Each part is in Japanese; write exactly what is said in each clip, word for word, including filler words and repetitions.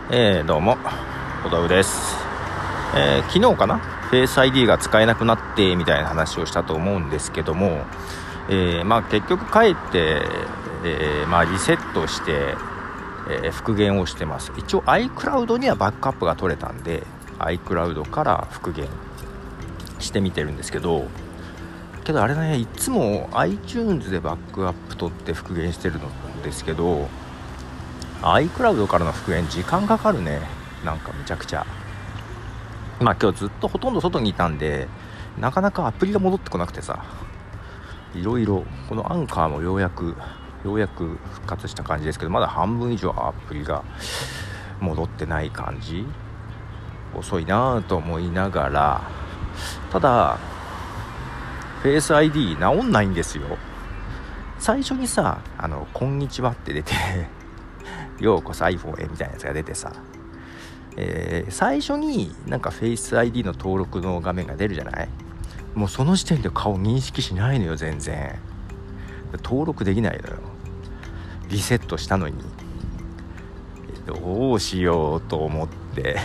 えー、どうも小田です。えー、昨日かな、フェイス アイディー が使えなくなってみたいな話をしたと思うんですけども、えーまあ、結局帰って、えーまあ、リセットして、えー、復元をしてます。一応 iCloud にはバックアップが取れたんで iCloud から復元してみてるんですけど、けどあれね、いつも iTunes でバックアップ取って復元してるんですけど、 iCloud からの復元時間かかるね。なんかめちゃくちゃ、まあ今日ずっとほとんど外にいたんでなかなかアプリが戻ってこなくてさ、いろいろこのアンカーもようやくようやく復活した感じですけど、まだ半分以上アプリが戻ってない感じ、遅いなぁと思いながら、ただフェイス アイディー 治んないんですよ。最初にさ、あのこんにちはって出てようこそ iPhone へみたいなやつが出てさ、えー、最初になんか フェイス アイディー の登録の画面が出るじゃない。もうその時点で顔認識しないのよ。全然登録できないのよ。リセットしたのにどうしようと思って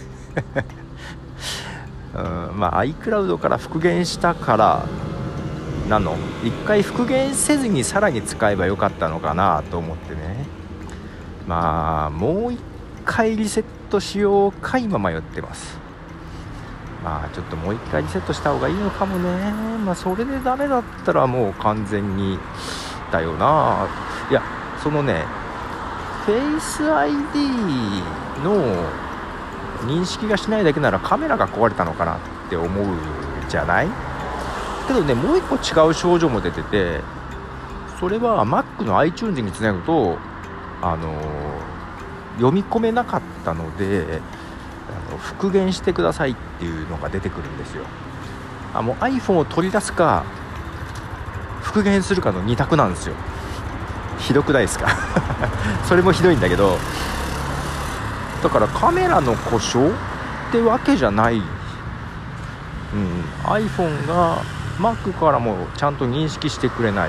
うん、まあ iCloud から復元したからなの。一回復元せずにさらに使えばよかったのかなと思ってね。まあもう一回リセットしようか今迷ってます。まあちょっともう一回リセットした方がいいのかもね。まあそれでダメだったらもう完全にだよな。いやそのね、フェイス アイディー の認識がしないだけならカメラが壊れたのかなって思うじゃない。けどね、もう一個違う症状も出てて、それは Mac の iTunes につなぐとあのー、読み込めなかったので、あの復元してくださいっていうのが出てくるんですよ。あもう iPhone を取り出すか復元するかのに択なんですよ。ひどくないですかそれもひどいんだけど、だからカメラの故障ってわけじゃない、うん、iPhone が Mac からもちゃんと認識してくれない、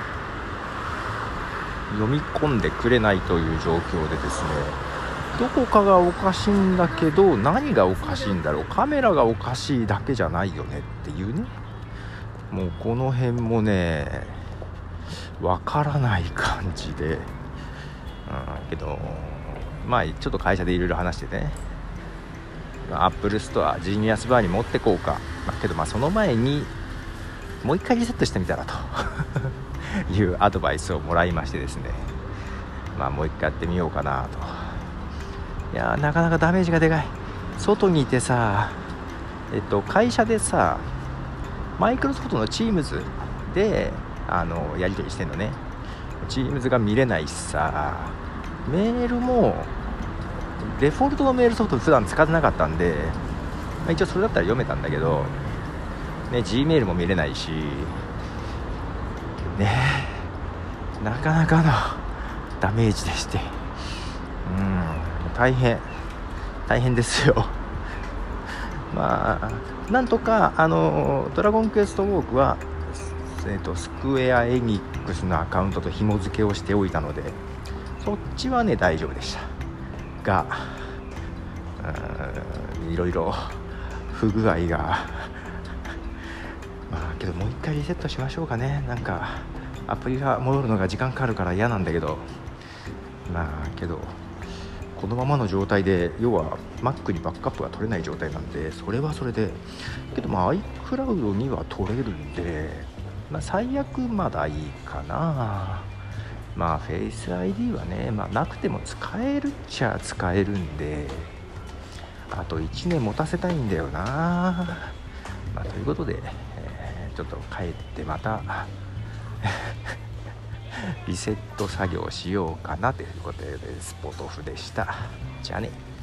読み込んでくれないという状況でですね、どこかがおかしいんだけど何がおかしいんだろう、カメラがおかしいだけじゃないよねっていうね。もうこの辺もねわからない感じで、うん、けどまあちょっと会社でいろいろ話してね、アップルストアジニアスバーに持ってこうか、まあ、けどまあその前にもう一回リセットしてみたらというアドバイスをもらいましてですね、まあもう一回やってみようかなと。いやなかなかダメージがでかい。外にいてさ、えっと会社でさマイクロソフトの Teams であのやり取りしてんのね。 Teams が見れないしさ、メールもデフォルトのメールソフト普段使ってなかったんで、まあ、一応それだったら読めたんだけどね、 Gmail も見れないしね、なかなかのダメージでして、うん、大変大変ですよまあなんとかあのドラゴンクエストウォークは、えーと、スクエアエニックスのアカウントと紐付けをしておいたのでそっちはね大丈夫でしたが、いろいろ不具合がまあけどもう一回リセットしましょうかね。なんかアプリが戻るのが時間かかるから嫌なんだけど、まあけどこのままの状態で要は Mac にバックアップが取れない状態なんで、それはそれでけどまあ iCloud には取れるんで、まあ最悪まだいいかな。まあ Face アイディー はね、まあ、なくても使えるっちゃ使えるんで、あといちねん持たせたいんだよな。まあ、ということで、えー、ちょっと帰ってまたリセット作業しようかなということでスポトフでした。じゃあね。